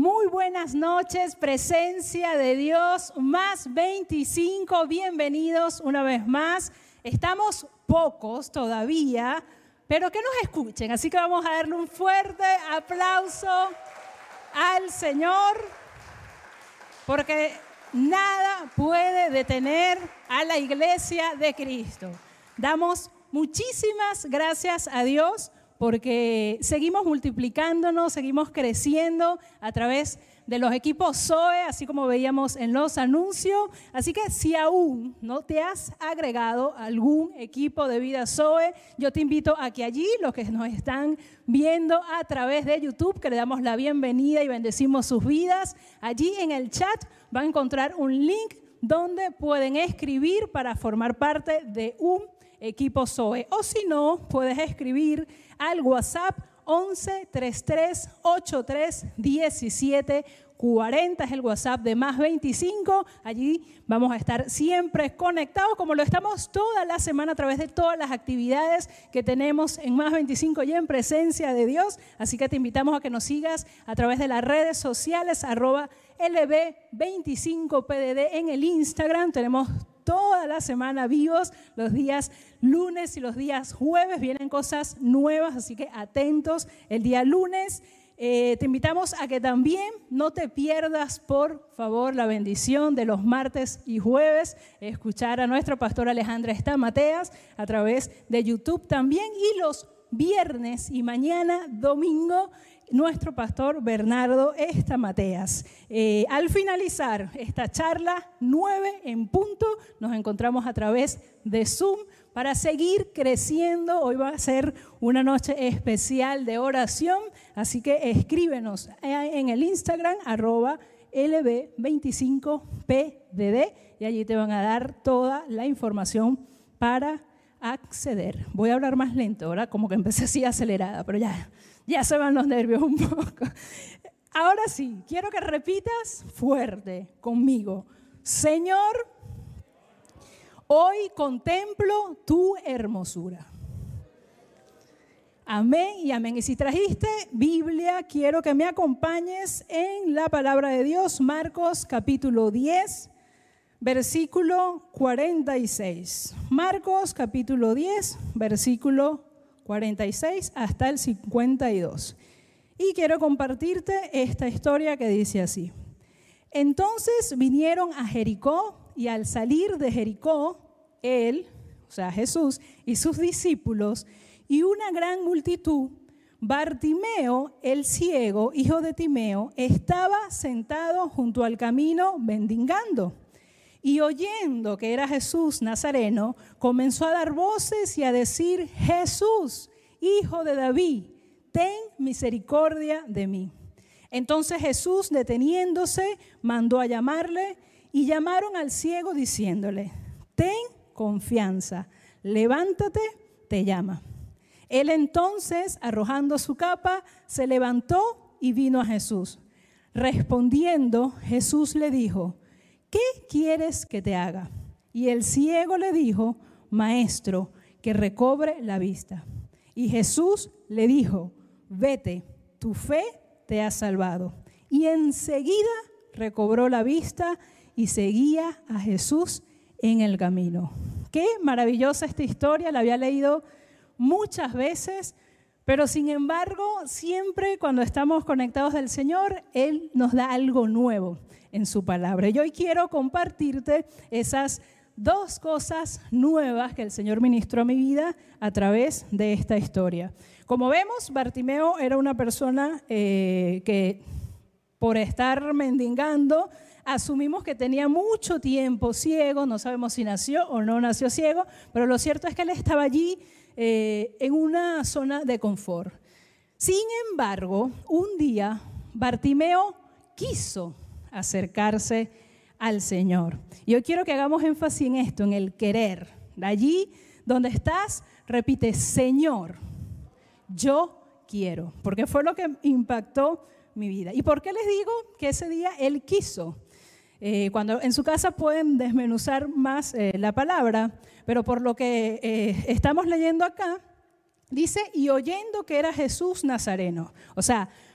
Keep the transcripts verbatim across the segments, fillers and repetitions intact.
Muy buenas noches, presencia de Dios, más veinticinco, bienvenidos una vez más. Estamos pocos todavía, pero que nos escuchen, así que vamos a darle un fuerte aplauso al Señor, porque nada puede detener a la iglesia de Cristo. Damos muchísimas gracias a Dios porque seguimos multiplicándonos, seguimos creciendo a través de los equipos Zoe, así como veíamos en los anuncios. Así que si aún no te has agregado a algún equipo de Vida Zoe, yo te invito a que allí, los que nos están viendo a través de YouTube, que le damos la bienvenida y bendecimos sus vidas, allí en el chat va a encontrar un link donde pueden escribir para formar parte de un equipo Zoe. O si no, puedes escribir al WhatsApp once, treinta y tres, ochenta y tres, diecisiete, cuarenta, es el WhatsApp de más veinticinco. Allí vamos a estar siempre conectados, como lo estamos toda la semana a través de todas las actividades que tenemos en más veinticinco y en presencia de Dios. Así que te invitamos a que nos sigas a través de las redes sociales, arroba L B veinticinco P D D en el Instagram. Tenemos toda la semana vivos, los días lunes y los días jueves vienen cosas nuevas, así que atentos el día lunes. Eh, te invitamos a que también no te pierdas, por favor, la bendición de los martes y jueves, escuchar a nuestra pastora Alejandra Estamateas a través de YouTube también, y los viernes y mañana domingo, nuestro pastor Bernardo Estamateas. Eh, al finalizar esta charla, nueve en punto, nos encontramos a través de Zoom para seguir creciendo. Hoy va a ser una noche especial de oración, así que escríbenos en el Instagram, arroba L B veinticinco P D D, y allí te van a dar toda la información para acceder. Voy a hablar más lento, ahora como que empecé así acelerada, pero ya... Ya se van los nervios un poco. Ahora sí, quiero que repitas fuerte conmigo. Señor, hoy contemplo tu hermosura. Amén y amén. Y si trajiste Biblia, quiero que me acompañes en la palabra de Dios, Marcos capítulo diez, versículo cuarenta y seis. Marcos capítulo diez, versículo cuarenta y seis hasta el cincuenta y dos. Y quiero compartirte esta historia que dice así. Entonces vinieron a Jericó, y al salir de Jericó, él, o sea Jesús, y sus discípulos, y una gran multitud, Bartimeo, el ciego, hijo de Timeo, estaba sentado junto al camino mendigando. Y oyendo que era Jesús Nazareno, comenzó a dar voces y a decir: Jesús, hijo de David, ten misericordia de mí. Entonces Jesús, deteniéndose, mandó a llamarle, y llamaron al ciego diciéndole: ten confianza, levántate, te llama. Él entonces, arrojando su capa, se levantó y vino a Jesús. Respondiendo, Jesús le dijo: ¿qué quieres que te haga? Y el ciego le dijo: Maestro, que recobre la vista. Y Jesús le dijo: vete, tu fe te ha salvado. Y enseguida recobró la vista y seguía a Jesús en el camino. Qué maravillosa esta historia, la había leído muchas veces, pero sin embargo, siempre cuando estamos conectados del Señor, Él nos da algo nuevo en su palabra. Y hoy quiero compartirte esas dos cosas nuevas que el Señor ministró a mi vida a través de esta historia. Como vemos, Bartimeo era una persona eh, que por estar mendigando, asumimos que tenía mucho tiempo ciego, no sabemos si nació o no nació ciego, pero lo cierto es que él estaba allí eh, en una zona de confort. Sin embargo, un día Bartimeo quiso acercarse al Señor. Y hoy quiero que hagamos énfasis en esto, en el querer. De allí donde estás, repite: Señor, yo quiero, porque fue lo que impactó mi vida. ¿Y por qué les digo que ese día él quiso? Eh, cuando en su casa pueden desmenuzar más eh, la palabra, pero por lo que eh, estamos leyendo acá, dice: y oyendo que era Jesús Nazareno. O sea,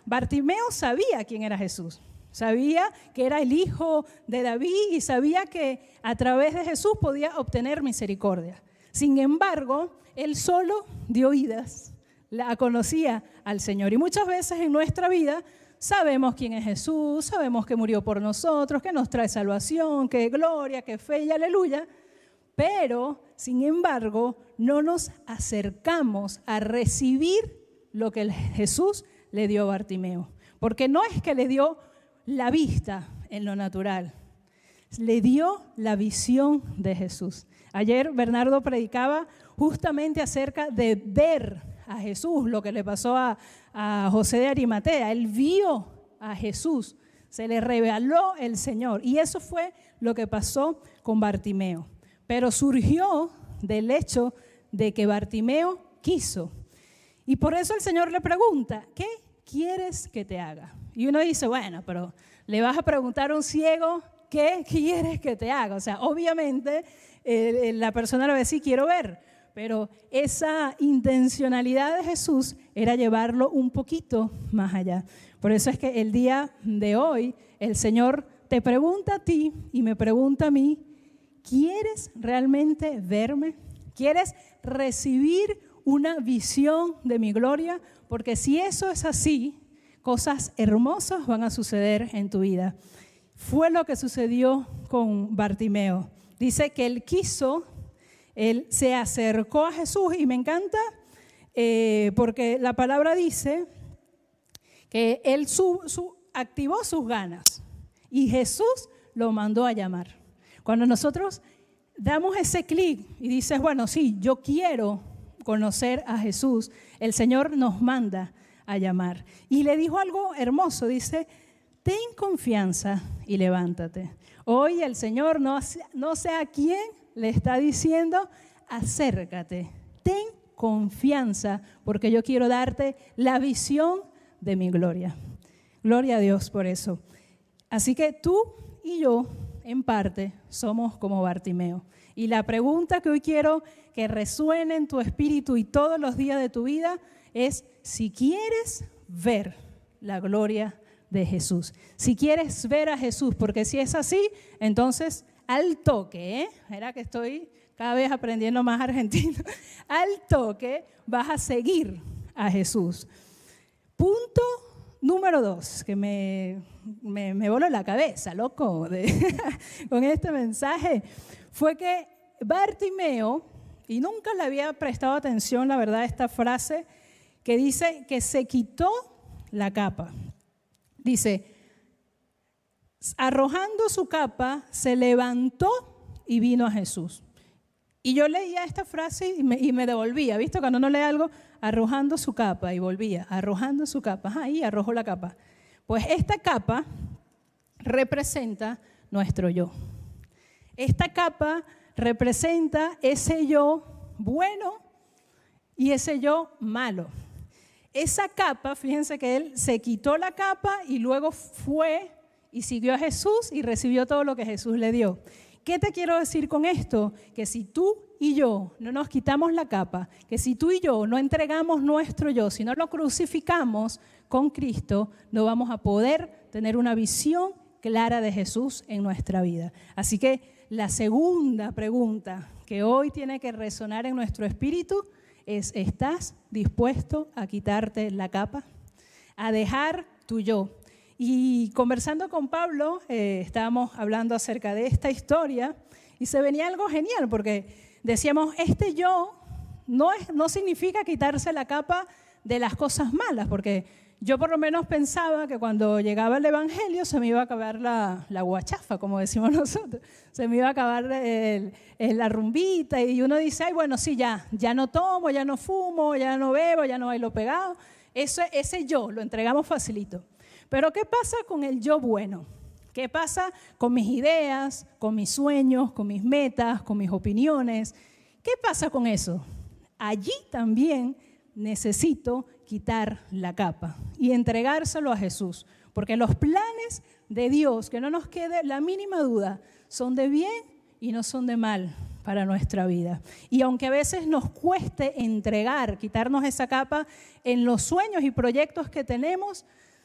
Bartimeo sabía quién era Jesús. Sabía que era el hijo de David y sabía que a través de Jesús podía obtener misericordia. Sin embargo, él solo dio oídas, la conocía al Señor. Y muchas veces en nuestra vida sabemos quién es Jesús, sabemos que murió por nosotros, que nos trae salvación, que gloria, que fe y aleluya. Pero, sin embargo, no nos acercamos a recibir lo que Jesús le dio a Bartimeo. Porque no es que le dio la vista en lo natural, le dio la visión de Jesús. Ayer Bernardo predicaba justamente acerca de ver a Jesús, lo que le pasó a, a José de Arimatea. Él vio a Jesús, se le reveló el Señor. Y eso fue lo que pasó con Bartimeo. Pero surgió del hecho de que Bartimeo quiso. Y por eso el Señor le pregunta, ¿qué quieres que te haga? Y uno dice, bueno, pero le vas a preguntar a un ciego, ¿qué quieres que te haga? O sea, obviamente eh, la persona le va a decir, quiero ver. Pero esa intencionalidad de Jesús era llevarlo un poquito más allá. Por eso es que el día de hoy el Señor te pregunta a ti y me pregunta a mí, ¿quieres realmente verme? ¿Quieres recibir una visión de mi gloria? Porque si eso es así, cosas hermosas van a suceder en tu vida. Fue lo que sucedió con Bartimeo. Dice que él quiso, él se acercó a Jesús y me encanta eh, porque la palabra dice que él su, su, activó sus ganas y Jesús lo mandó a llamar. Cuando nosotros damos ese clic y dices, bueno, sí, yo quiero conocer a Jesús, el Señor nos manda a llamar. Y le dijo algo hermoso, dice, ten confianza y levántate. Hoy el Señor no, no sé a quién le está diciendo, acércate, ten confianza, porque yo quiero darte la visión de mi gloria. Gloria a Dios por eso. Así que tú y yo, en parte, somos como Bartimeo. Y la pregunta que hoy quiero que resuene en tu espíritu y todos los días de tu vida es si quieres ver la gloria de Jesús. Si quieres ver a Jesús, porque si es así, entonces al toque, ¿eh? Mira que estoy cada vez aprendiendo más argentino. Al toque vas a seguir a Jesús. Punto número dos, que me, me, me voló la cabeza, loco, de, con este mensaje, fue que Bartimeo, y nunca le había prestado atención, la verdad, a esta frase, que dice que se quitó la capa. Dice, arrojando su capa, se levantó y vino a Jesús. Y yo leía esta frase y me, y me devolvía, ¿viste? Cuando uno lee algo, arrojando su capa y volvía, arrojando su capa. Ajá, ahí arrojó la capa. Pues esta capa representa nuestro yo. Esta capa representa ese yo bueno y ese yo malo. Esa capa, fíjense que él se quitó la capa y luego fue y siguió a Jesús y recibió todo lo que Jesús le dio. ¿Qué te quiero decir con esto? Que si tú y yo no nos quitamos la capa, que si tú y yo no entregamos nuestro yo, si no lo crucificamos con Cristo, no vamos a poder tener una visión clara de Jesús en nuestra vida. Así que la segunda pregunta que hoy tiene que resonar en nuestro espíritu es, ¿estás dispuesto a quitarte la capa? A dejar tu yo. Y conversando con Pablo, eh, estábamos hablando acerca de esta historia y se venía algo genial porque decíamos, este yo no, es, no significa quitarse la capa de las cosas malas, porque yo por lo menos pensaba que cuando llegaba el evangelio se me iba a acabar la, la guachafa, como decimos nosotros, se me iba a acabar el, el, la rumbita y uno dice, ay bueno, sí, ya, ya no tomo, ya no fumo, ya no bebo, ya no bailo pegado. Eso, ese yo lo entregamos facilito. Pero ¿qué pasa con el yo bueno? ¿Qué pasa con mis ideas, con mis sueños, con mis metas, con mis opiniones? ¿Qué pasa con eso? Allí también necesito quitar la capa y entregárselo a Jesús, porque los planes de Dios, que no nos quede la mínima duda, son de bien y no son de mal para nuestra vida. Y aunque a veces nos cueste entregar, quitarnos esa capa en los sueños y proyectos que tenemos,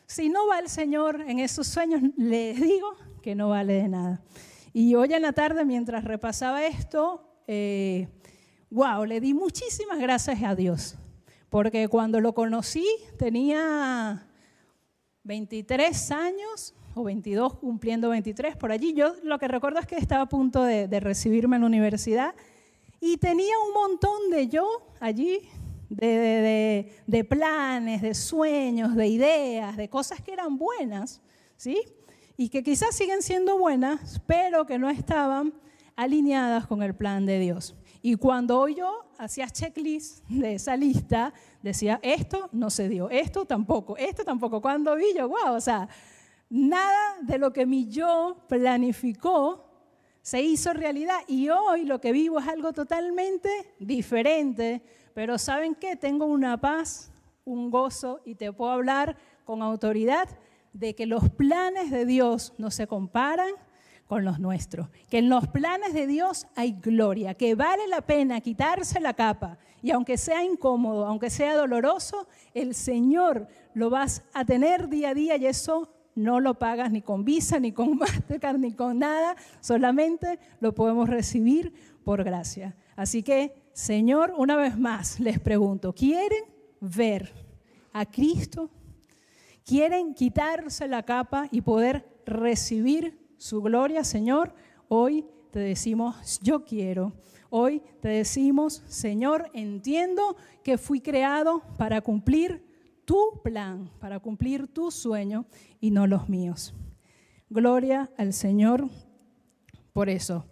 si no va el Señor en esos sueños, les digo que no vale de nada. Y hoy en la tarde, mientras repasaba esto, eh, wow, le di muchísimas gracias a Dios, porque cuando lo conocí tenía veintitrés años, o veintidós, cumpliendo veintitrés, por allí. Yo lo que recuerdo es que estaba a punto de, de recibirme en la universidad y tenía un montón de yo allí, de, de, de, de planes, de sueños, de ideas, de cosas que eran buenas, ¿sí? Y que quizás siguen siendo buenas, pero que no estaban alineadas con el plan de Dios. Y cuando yo hacía checklist de esa lista, decía, esto no se dio, esto tampoco, esto tampoco. Cuando vi yo, wow, o sea, nada de lo que mi yo planificó se hizo realidad. Y hoy lo que vivo es algo totalmente diferente. Pero ¿saben qué? Tengo una paz, un gozo, y te puedo hablar con autoridad de que los planes de Dios no se comparan con los nuestros, que en los planes de Dios hay gloria, que vale la pena quitarse la capa, y aunque sea incómodo, aunque sea doloroso, el Señor lo vas a tener día a día, y eso no lo pagas ni con Visa, ni con Mastercard, ni con nada, solamente lo podemos recibir por gracia. Así que, Señor, una vez más les pregunto, ¿quieren ver a Cristo? ¿Quieren quitarse la capa y poder recibir su gloria, Señor? Hoy te decimos, yo quiero. Hoy te decimos, Señor, entiendo que fui creado para cumplir tu plan, para cumplir tu sueño y no los míos. Gloria al Señor por eso.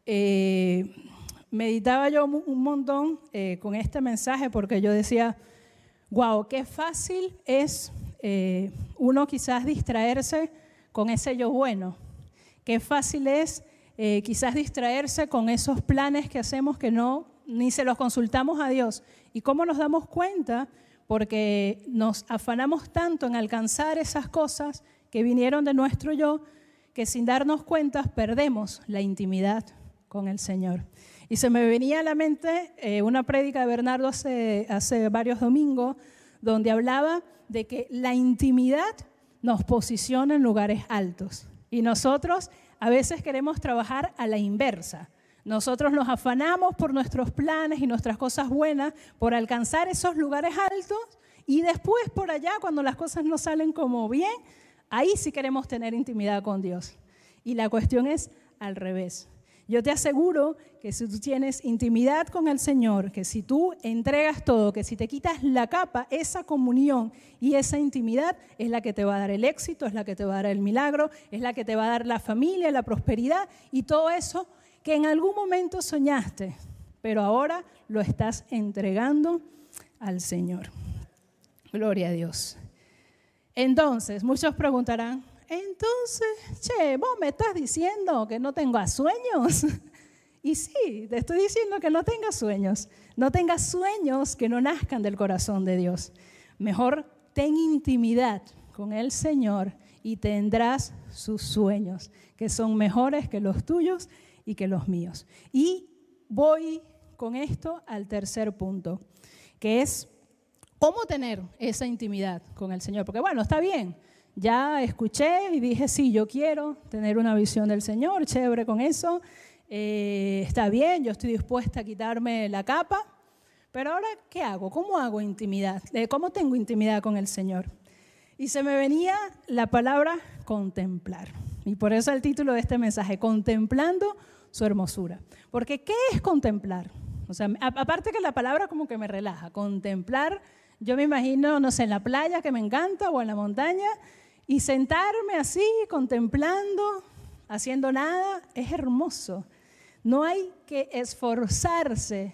Eh, meditaba yo un montón eh, con este mensaje, porque yo decía, wow, qué fácil es eh, uno quizás distraerse con ese yo bueno. Qué fácil es eh, quizás distraerse con esos planes que hacemos que no, ni se los consultamos a Dios. ¿Y cómo nos damos cuenta? Porque nos afanamos tanto en alcanzar esas cosas que vinieron de nuestro yo, que sin darnos cuenta perdemos la intimidad con el Señor. Y se me venía a la mente eh, una prédica de Bernardo hace, hace varios domingos, donde hablaba de que la intimidad nos posiciona en lugares altos. Y nosotros a veces queremos trabajar a la inversa. Nosotros nos afanamos por nuestros planes y nuestras cosas buenas, por alcanzar esos lugares altos, y después por allá, cuando las cosas no salen como bien, ahí sí queremos tener intimidad con Dios. Y la cuestión es al revés. Yo te aseguro que si tú tienes intimidad con el Señor, que si tú entregas todo, que si te quitas la capa, esa comunión y esa intimidad es la que te va a dar el éxito, es la que te va a dar el milagro, es la que te va a dar la familia, la prosperidad y todo eso que en algún momento soñaste, pero ahora lo estás entregando al Señor. Gloria a Dios. Entonces, muchos preguntarán, entonces, che, vos me estás diciendo que no tengas sueños. Y sí, te estoy diciendo que no tengas sueños. No tengas sueños que no nazcan del corazón de Dios. Mejor ten intimidad con el Señor y tendrás sus sueños, que son mejores que los tuyos y que los míos. Y voy con esto al tercer punto, que es cómo tener esa intimidad con el Señor. Porque bueno, está bien, ya escuché y dije, sí, yo quiero tener una visión del Señor, chévere con eso, eh, está bien, yo estoy dispuesta a quitarme la capa, pero ahora, ¿qué hago? ¿Cómo hago intimidad? ¿Cómo tengo intimidad con el Señor? Y se me venía la palabra contemplar. Y por eso el título de este mensaje, contemplando su hermosura. Porque ¿qué es contemplar? O sea, aparte que la palabra como que me relaja, contemplar, yo me imagino, no sé, en la playa que me encanta o en la montaña y sentarme así, contemplando, haciendo nada, es hermoso. No hay que esforzarse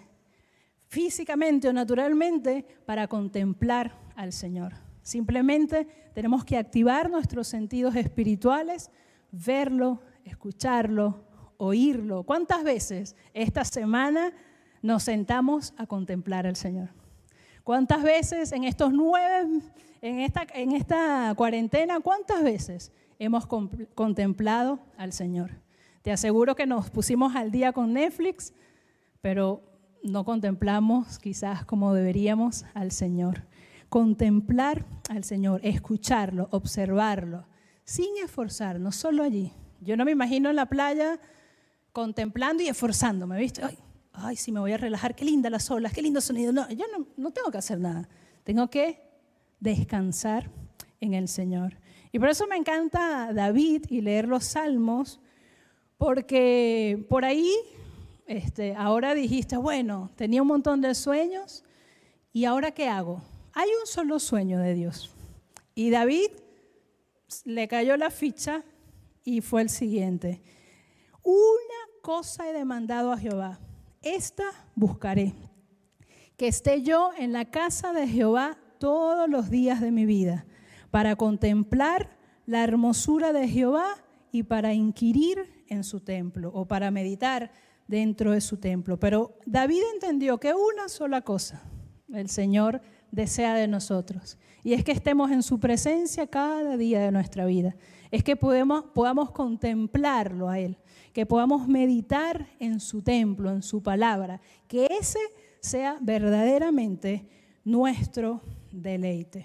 físicamente o naturalmente para contemplar al Señor. Simplemente tenemos que activar nuestros sentidos espirituales, verlo, escucharlo, oírlo. ¿Cuántas veces esta semana nos sentamos a contemplar al Señor? ¿Cuántas veces en estos nueve, en esta, en esta cuarentena, cuántas veces hemos contemplado al Señor? Te aseguro que nos pusimos al día con Netflix, pero no contemplamos quizás como deberíamos al Señor. contemplar al Señor, escucharlo, observarlo, sin esforzarnos, solo allí. Yo no me imagino en la playa contemplando y esforzándome, ¿viste? Ay, ay, sí, me voy a relajar, qué linda las olas, qué lindo sonido. No, yo no, no tengo que hacer nada, tengo que descansar en el Señor. Y por eso me encanta David y leer los salmos, porque por ahí, este, ahora dijiste, bueno, tenía un montón de sueños, ¿y ahora qué hago? Hay un solo sueño de Dios. Y David le cayó la ficha y fue el siguiente. Una cosa he demandado a Jehová, esta buscaré, que esté yo en la casa de Jehová todos los días de mi vida, para contemplar la hermosura de Jehová y para inquirir en su templo o para meditar dentro de su templo. Pero David entendió que una sola cosa el Señor desea de nosotros, y es que estemos en su presencia cada día de nuestra vida. Es que podemos, podamos contemplarlo a Él, que podamos meditar en su templo, en su palabra, que ese sea verdaderamente nuestro deleite.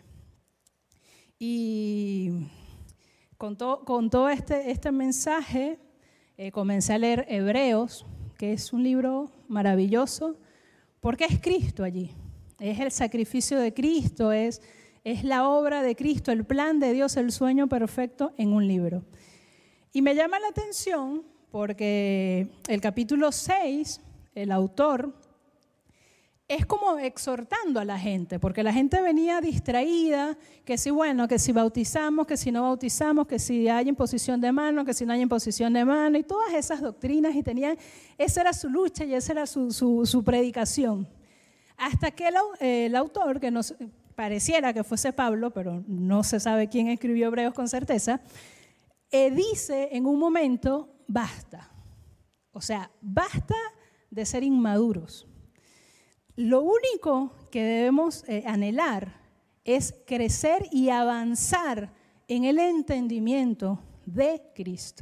Y con, to, con todo este, este mensaje eh, comencé a leer Hebreos, que es un libro maravilloso, porque es Cristo allí, es el sacrificio de Cristo, es, es la obra de Cristo, el plan de Dios, el sueño perfecto en un libro. Y me llama la atención porque el capítulo seis, el autor es como exhortando a la gente, porque la gente venía distraída, que si bueno, que si bautizamos, que si no bautizamos, que si hay imposición de mano, que si no hay imposición de mano, y todas esas doctrinas, y tenían, esa era su lucha y esa era su, su, su predicación. Hasta que el, el autor, que nos pareciera que fuese Pablo, pero no se sabe quién escribió Hebreos con certeza, eh, dice en un momento, basta. O sea, basta de ser inmaduros. Lo único que debemos eh, anhelar es crecer y avanzar en el entendimiento de Cristo.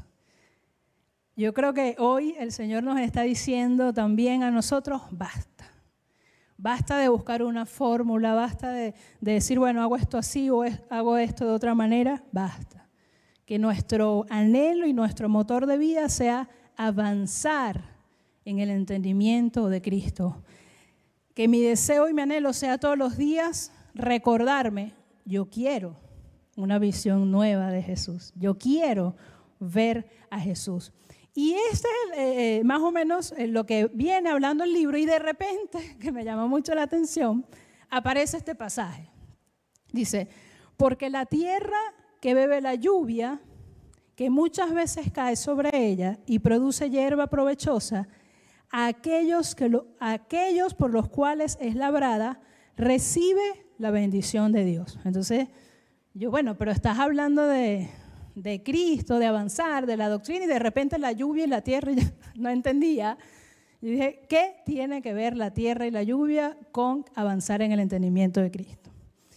Yo creo que hoy el Señor nos está diciendo también a nosotros, basta. Basta de buscar una fórmula, basta de, de decir, bueno, hago esto así o es, hago esto de otra manera, basta. Que nuestro anhelo y nuestro motor de vida sea avanzar en el entendimiento de Cristo. Que mi deseo y mi anhelo sea todos los días recordarme, yo quiero una visión nueva de Jesús, yo quiero ver a Jesús. Y este es eh, más o menos lo que viene hablando el libro, y de repente, que me llama mucho la atención, aparece este pasaje. Dice, porque la tierra que bebe la lluvia, que muchas veces cae sobre ella y produce hierba provechosa, a aquellos, que lo, a aquellos por los cuales es labrada, recibe la bendición de Dios. Entonces, yo, bueno, pero estás hablando de, de Cristo, de avanzar, de la doctrina, y de repente la lluvia y la tierra, y no entendía. Y dije, ¿qué tiene que ver la tierra y la lluvia con avanzar en el entendimiento de Cristo?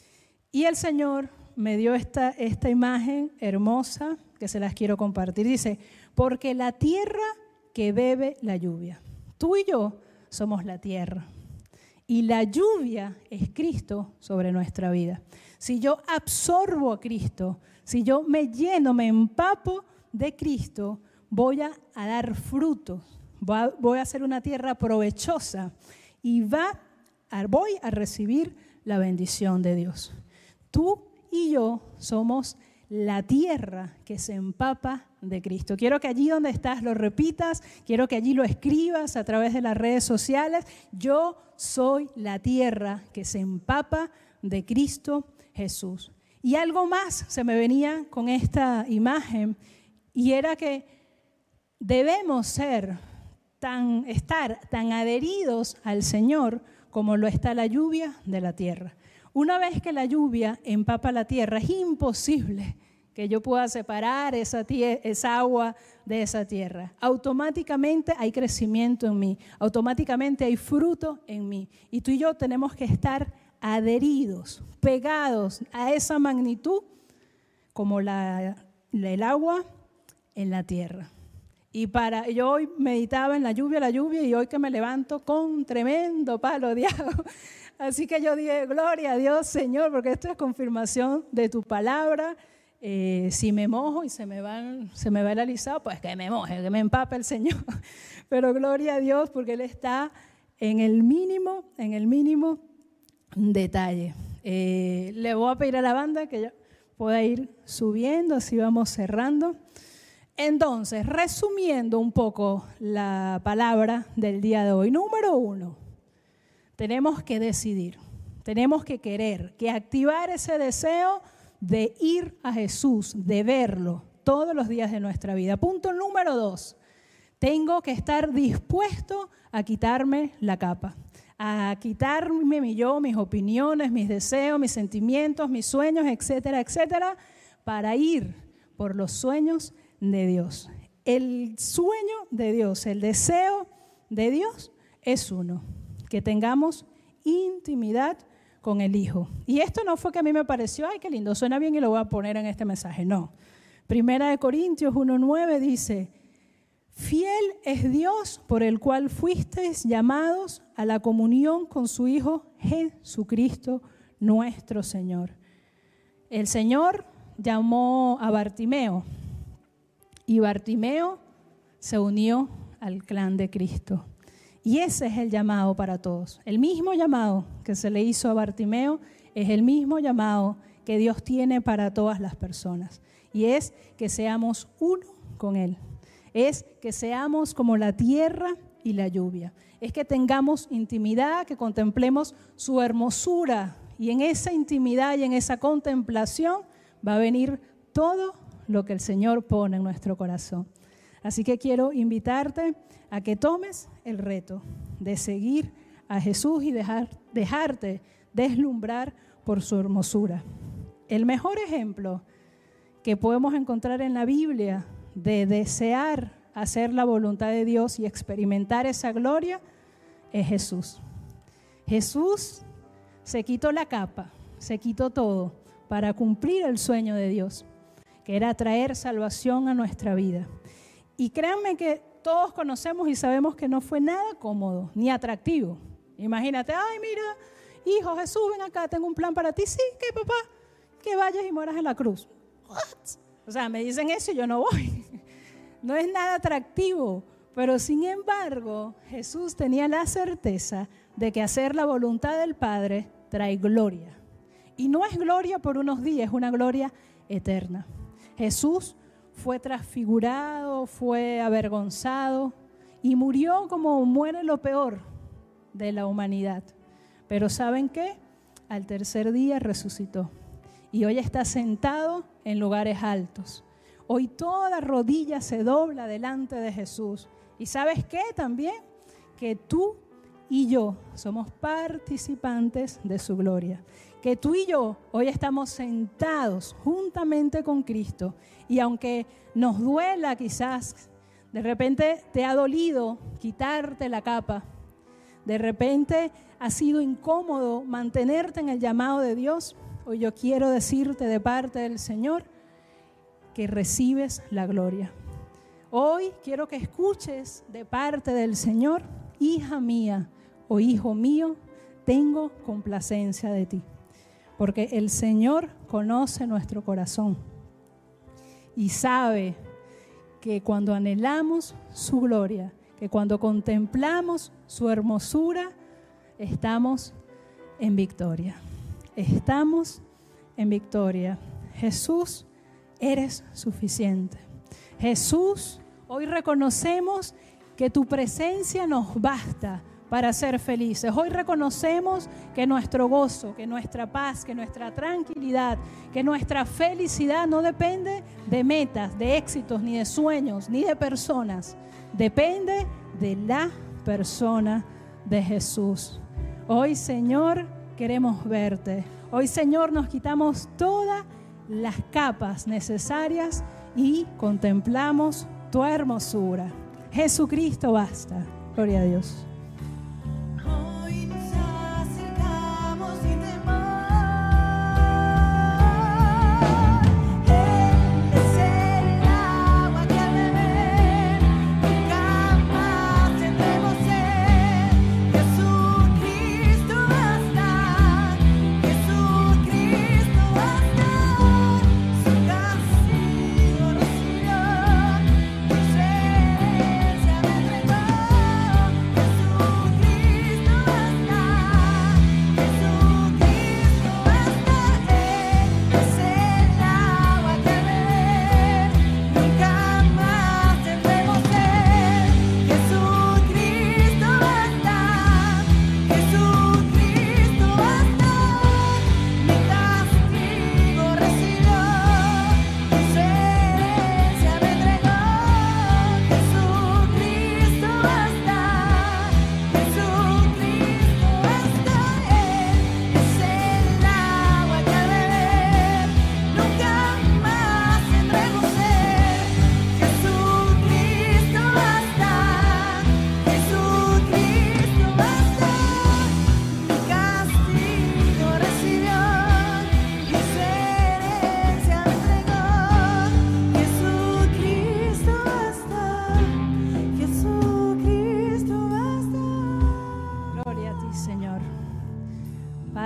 Y el Señor me dio esta, esta imagen hermosa que se las quiero compartir. Dice, porque la tierra que bebe la lluvia. Tú y yo somos la tierra y la lluvia es Cristo sobre nuestra vida. Si yo absorbo a Cristo, si yo me lleno, me empapo de Cristo, voy a, a dar frutos, voy a, voy a ser una tierra provechosa y va a, voy a recibir la bendición de Dios. Tú y yo somos la tierra que se empapa de Cristo. Quiero que allí donde estás lo repitas, quiero que allí lo escribas a través de las redes sociales. Yo soy la tierra que se empapa de Cristo Jesús. Y algo más se me venía con esta imagen, y era que debemos ser tan, estar tan adheridos al Señor como lo está la lluvia de la tierra. Una vez que la lluvia empapa la tierra, es imposible que yo pueda separar esa, tie- esa agua de esa tierra. Automáticamente hay crecimiento en mí, automáticamente hay fruto en mí. Y tú y yo tenemos que estar adheridos, pegados a esa magnitud como la, la, el agua en la tierra. Y para, yo hoy meditaba en la lluvia, la lluvia, y hoy que me levanto con tremendo palo de agua. Así que yo dije, gloria a Dios, Señor, porque esto es confirmación de tu palabra. Eh, si me mojo y se me, van, se me va el alisado, pues que me moje, que me empape el Señor. Pero gloria a Dios, porque Él está en el mínimo, en el mínimo detalle. Eh, le voy a pedir a la banda que ya pueda ir subiendo, así vamos cerrando. Entonces, resumiendo un poco la palabra del día de hoy. Número uno, tenemos que decidir, tenemos que querer, que activar ese deseo de ir a Jesús, de verlo todos los días de nuestra vida. Punto número dos, tengo que estar dispuesto a quitarme la capa, a quitarme mi yo, mis opiniones, mis deseos, mis sentimientos, mis sueños, etcétera, etcétera, para ir por los sueños de Dios. El sueño de Dios, el deseo de Dios es uno, que tengamos intimidad con el Hijo. Y esto no fue que a mí me pareció, ay, qué lindo, suena bien y lo voy a poner en este mensaje. No. Primera de Corintios uno nueve dice, fiel es Dios por el cual fuisteis llamados a la comunión con su Hijo Jesucristo, nuestro Señor. El Señor llamó a Bartimeo y Bartimeo se unió al clan de Cristo. Y ese es el llamado para todos. El mismo llamado que se le hizo a Bartimeo es el mismo llamado que Dios tiene para todas las personas. Y es que seamos uno con Él. Es que seamos como la tierra y la lluvia. Es que tengamos intimidad, que contemplemos su hermosura. Y en esa intimidad y en esa contemplación va a venir todo lo que el Señor pone en nuestro corazón. Así que quiero invitarte a que tomes el reto de seguir a Jesús y dejar, dejarte deslumbrar por su hermosura. El mejor ejemplo que podemos encontrar en la Biblia de desear hacer la voluntad de Dios y experimentar esa gloria es Jesús. Jesús se quitó la capa, se quitó todo para cumplir el sueño de Dios, que era traer salvación a nuestra vida. Y créanme que todos conocemos y sabemos que no fue nada cómodo ni atractivo. Imagínate, ay, mira, hijo Jesús, ven acá, tengo un plan para ti. Sí, ¿qué, papá? Que vayas y mueras en la cruz. What? O sea, me dicen eso y yo no voy. No es nada atractivo, pero sin embargo, Jesús tenía la certeza de que hacer la voluntad del Padre trae gloria. Y no es gloria por unos días, es una gloria eterna. Jesús fue transfigurado, fue avergonzado y murió como muere lo peor de la humanidad. Pero ¿saben qué? Al tercer día resucitó y hoy está sentado en lugares altos. Hoy toda rodilla se dobla delante de Jesús. ¿Y sabes qué también? Que tú y yo somos participantes de su gloria. Que tú y yo hoy estamos sentados juntamente con Cristo y aunque nos duela quizás, de repente te ha dolido quitarte la capa, de repente ha sido incómodo mantenerte en el llamado de Dios, hoy yo quiero decirte de parte del Señor que recibes la gloria. Hoy quiero que escuches de parte del Señor, hija mía o hijo mío, tengo complacencia de ti. Porque el Señor conoce nuestro corazón y sabe que cuando anhelamos su gloria, que cuando contemplamos su hermosura, estamos en victoria. Estamos en victoria. Jesús, eres suficiente. Jesús, hoy reconocemos que tu presencia nos basta para ser felices. Hoy reconocemos que nuestro gozo, que nuestra paz, que nuestra tranquilidad, que nuestra felicidad no depende de metas, de éxitos, ni de sueños, ni de personas. Depende de la persona de Jesús. Hoy, Señor, queremos verte. Hoy, Señor, nos quitamos todas las capas necesarias y contemplamos tu hermosura. Jesucristo basta. Gloria a Dios.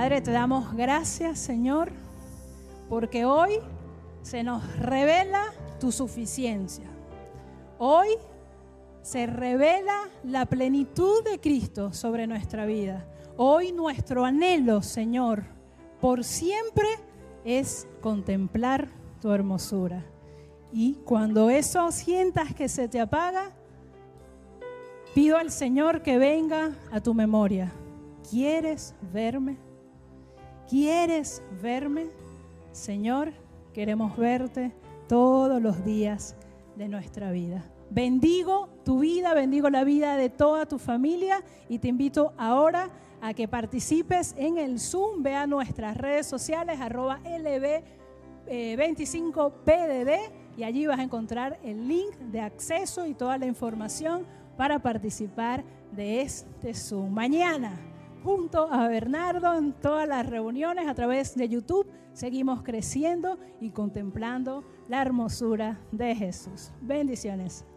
Padre, te damos gracias, Señor, porque hoy se nos revela tu suficiencia. Hoy se revela la plenitud de Cristo sobre nuestra vida. Hoy nuestro anhelo, Señor, por siempre es contemplar tu hermosura. Y cuando eso sientas que se te apaga, pido al Señor que venga a tu memoria. ¿Quieres verme? ¿Quieres verme? Señor, queremos verte todos los días de nuestra vida. Bendigo tu vida, bendigo la vida de toda tu familia y te invito ahora a que participes en el Zoom. Ve a nuestras redes sociales, arroba L B veinticinco P D D, y allí vas a encontrar el link de acceso y toda la información para participar de este Zoom. Mañana, junto a Bernardo, en todas las reuniones a través de YouTube, seguimos creciendo y contemplando la hermosura de Jesús. Bendiciones.